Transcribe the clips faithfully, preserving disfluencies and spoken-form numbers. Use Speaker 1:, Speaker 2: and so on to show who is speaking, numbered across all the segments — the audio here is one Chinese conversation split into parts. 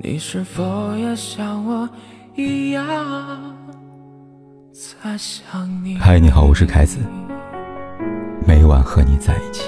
Speaker 1: 你是否也像我一样在想你？
Speaker 2: 嗨，你好，我是凯子，每晚和你在一起。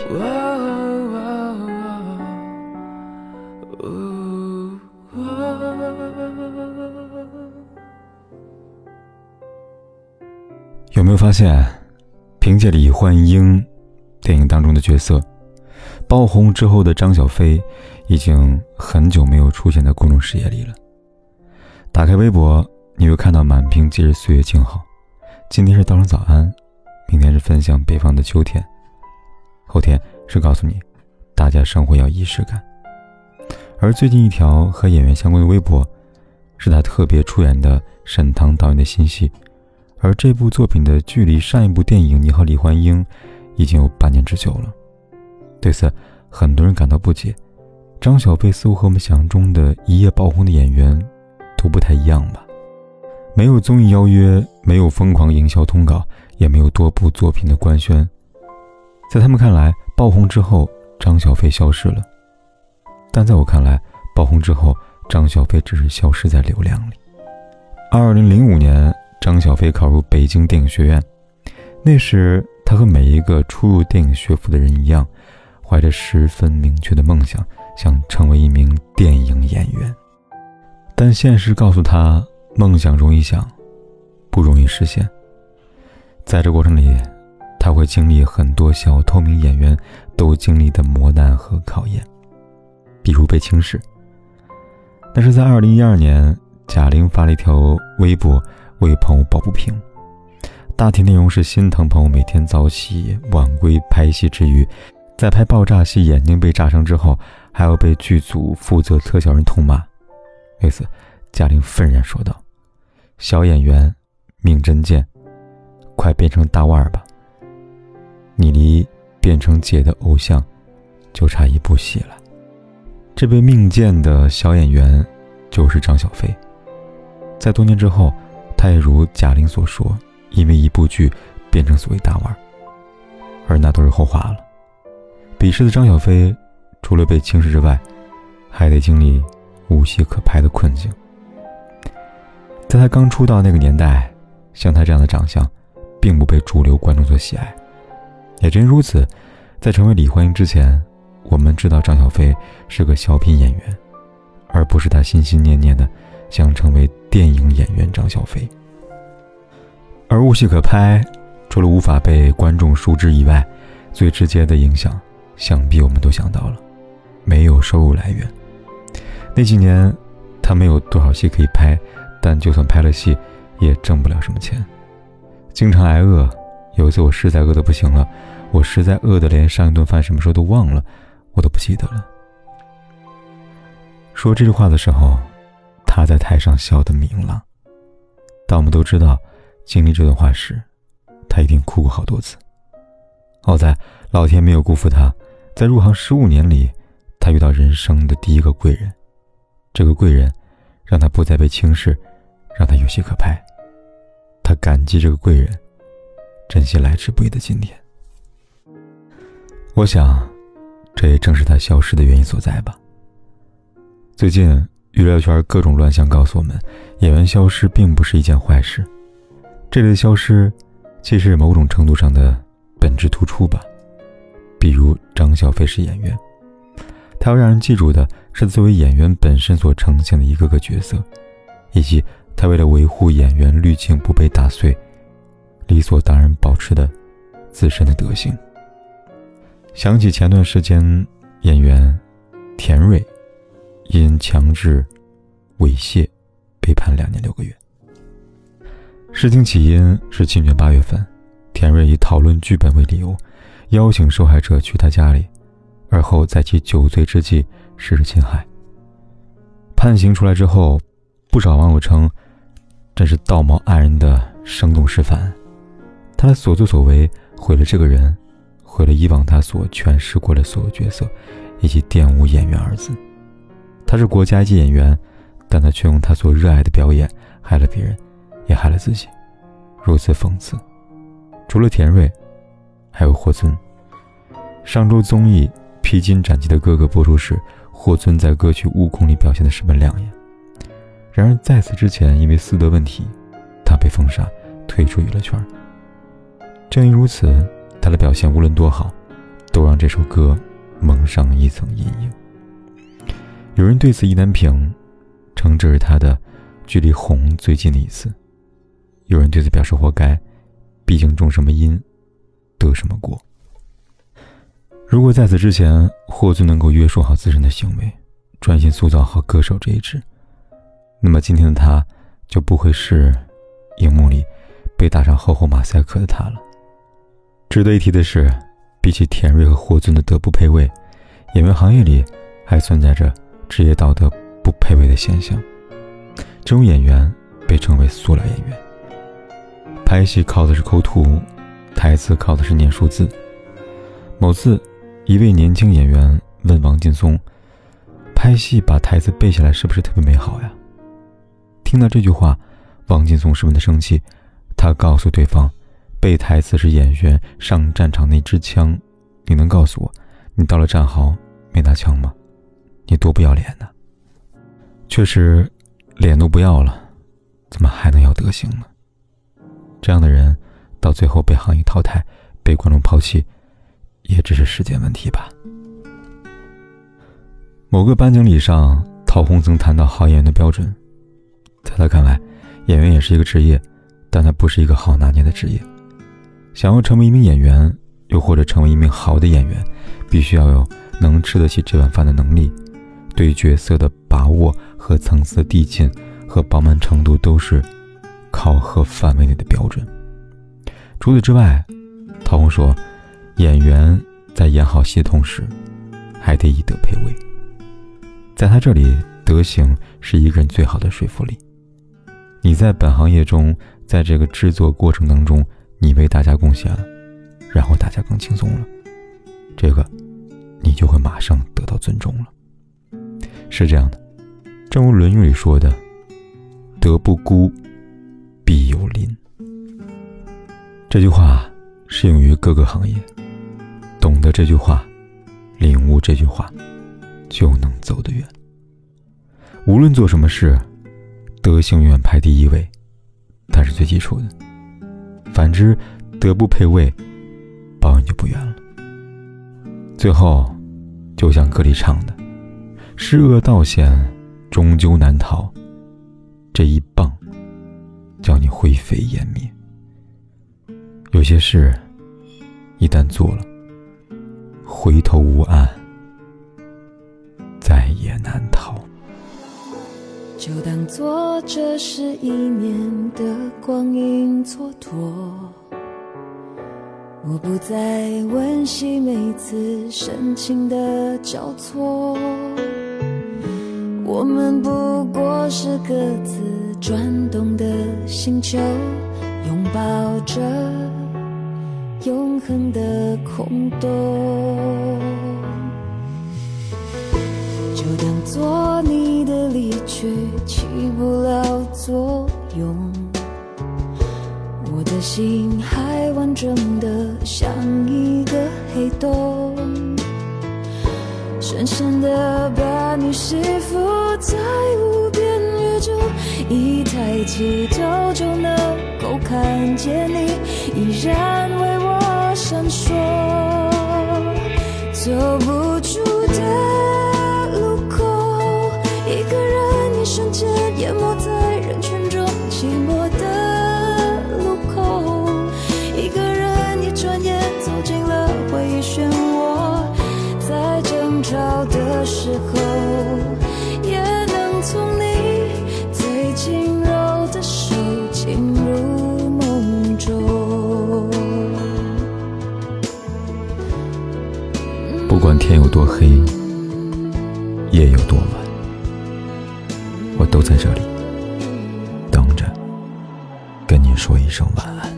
Speaker 2: 有没有发现，凭借李焕英电影当中的角色，爆红之后的张小斐已经很久没有出现在公众视野里了。打开微博，你会看到满屏节日岁月静好，今天是道声早安，明天是分享北方的秋天，后天是告诉你大家生活要仪式感。而最近一条和演员相关的微博，是他特别出演的沈腾导演的新戏，而这部作品的距离上一部电影《你好，李焕英》已经有半年之久了。对此，很多人感到不解，张小斐似乎和我们想象中的一夜爆红的演员都不太一样吧？没有综艺邀约，没有疯狂营销通告，也没有多部作品的官宣。在他们看来，爆红之后，张小斐消失了。但在我看来，爆红之后，张小斐只是消失在流量里。二零零五年，张小斐考入北京电影学院，那时他和每一个初入电影学府的人一样，怀着十分明确的梦想，想成为一名电影演员。但现实告诉他，梦想容易想，不容易实现。在这过程里，他会经历很多小透明演员都经历的磨难和考验，比如被轻视。但是在二零一二年，贾玲发了一条微博为朋友抱不平，大体内容是心疼朋友每天早起晚归拍戏之余，在拍爆炸戏眼睛被炸伤之后，还要被剧组负责特效人痛骂。为此，贾玲愤然说道：小演员命真贱，快变成大腕儿吧，你离变成姐的偶像就差一部戏了。这位命贱的小演员就是张小斐。在多年之后，他也如贾玲所说，因为一部剧变成所谓大腕儿，而那都是后话了。彼时的张小斐除了被轻视之外，还得经历无戏可拍的困境。在他刚出道那个年代，像他这样的长相并不被主流观众所喜爱。也正如此，在成为李焕英之前，我们知道张小斐是个小品演员，而不是他心心念念的想成为电影演员张小斐。而无戏可拍，除了无法被观众熟知以外，最直接的影响想必我们都想到了，没有收入来源。那几年他没有多少戏可以拍，但就算拍了戏也挣不了什么钱，经常挨饿。有一次我实在饿得不行了，我实在饿得连上一顿饭什么时候都忘了，我都不记得了。说这句话的时候，他在台上笑得明朗，但我们都知道，经历这段话时，他一定哭过好多次。好在老天没有辜负他，在入行十五年里，他遇到人生的第一个贵人。这个贵人让他不再被轻视，让他有戏可拍。他感激这个贵人，珍惜来之不易的今天。我想，这也正是他消失的原因所在吧。最近娱乐圈各种乱象告诉我们，演员消失并不是一件坏事。这类消失其实是某种程度上的本质突出吧。比如张小斐是演员，他要让人记住的是作为演员本身所呈现的一个个角色，以及他为了维护演员滤镜不被打碎，理所当然保持的自身的德行。想起前段时间演员田蕊因强制猥亵被判两年六个月。事情起因是去年八月份，田蕊以讨论剧本为理由，邀请受害者去他家里，而后在其酒醉之际实施侵害。判刑出来之后，不少网友称真是道貌岸然的生动示范。他的所作所为毁了这个人，毁了以往他所诠释过的所有角色，以及玷污演员二字。他是国家级演员，但他却用他所热爱的表演害了别人，也害了自己，如此讽刺。除了田蕊，还有霍尊。上周综艺《披荆斩棘的哥哥》播出时，霍尊在歌曲《悟空》里表现得十分亮眼， 然而在此之前，因为私德问题，他被封杀，退出娱乐圈。正因如此，他的表现无论多好，都让这首歌蒙上一层阴影。有人对此意难平，称这是他的距离红最近的一次。有人对此表示活该，毕竟种什么因，得什么果。如果在此之前，霍尊能够约束好自身的行为，专心塑造好歌手这一职，那么今天的他就不会是荧幕里被打上厚厚马赛克的他了。值得一提的是，比起田瑞和霍尊的德不配位，演员行业里还存在着职业道德不配位的现象。这种演员被称为塑料演员，拍戏靠的是抠图，台词靠的是念数字。某次，一位年轻演员问王劲松，拍戏把台词背下来是不是特别美好呀？听到这句话，王劲松十分的生气，他告诉对方，背台词是演员上战场那支枪，你能告诉我，你到了战壕没拿枪吗？你多不要脸呢！确实，脸都不要了，怎么还能要德行呢？这样的人到最后被行业淘汰，被观众抛弃，也只是时间问题吧。某个颁奖礼上，陶虹曾谈到好演员的标准，在他看来，演员也是一个职业，但它不是一个好拿捏的职业。想要成为一名演员，又或者成为一名好的演员，必须要有能吃得起这碗饭的能力，对角色的把握和层次的递进和饱满程度都是考核范围内的标准。除此之外，陶虹说，演员在演好戏的同时，还得以德配位。在他这里，德行是一个人最好的说服力。你在本行业中，在这个制作过程当中，你为大家贡献了，然后大家更轻松了，这个你就会马上得到尊重了。是这样的，正如《论语》里说的，德不孤，必有邻。这句话适用于各个行业，懂得这句话，领悟这句话，就能走得远。无论做什么事，德行永远排第一位，它是最基础的。反之，德不配位，抱怨就不远了。最后，就像歌里唱的，是恶道险，终究难逃，这一棒叫你灰飞烟灭。有些事一旦做了，回头无岸，再也难逃。
Speaker 3: 就当作这是一年的光阴蹉跎，我不再温习每次深情的交错，我们不过是各自转动的星球，拥抱着永恒的空洞。就当作你的离去起不了作用，我的心还完整的像一个黑洞，深深的把你吸附在无边宇宙，一抬起头就能够看见你，依然为我闪烁。走不出的路口，一个人一瞬间淹没在人群中，寂寞的路口，一个人一转眼走进了回忆漩涡，在争吵的时候，也能从你最轻柔的手进入梦中。
Speaker 2: 不管天有多黑，夜有多晚，我都在这里等着跟你说一声晚安。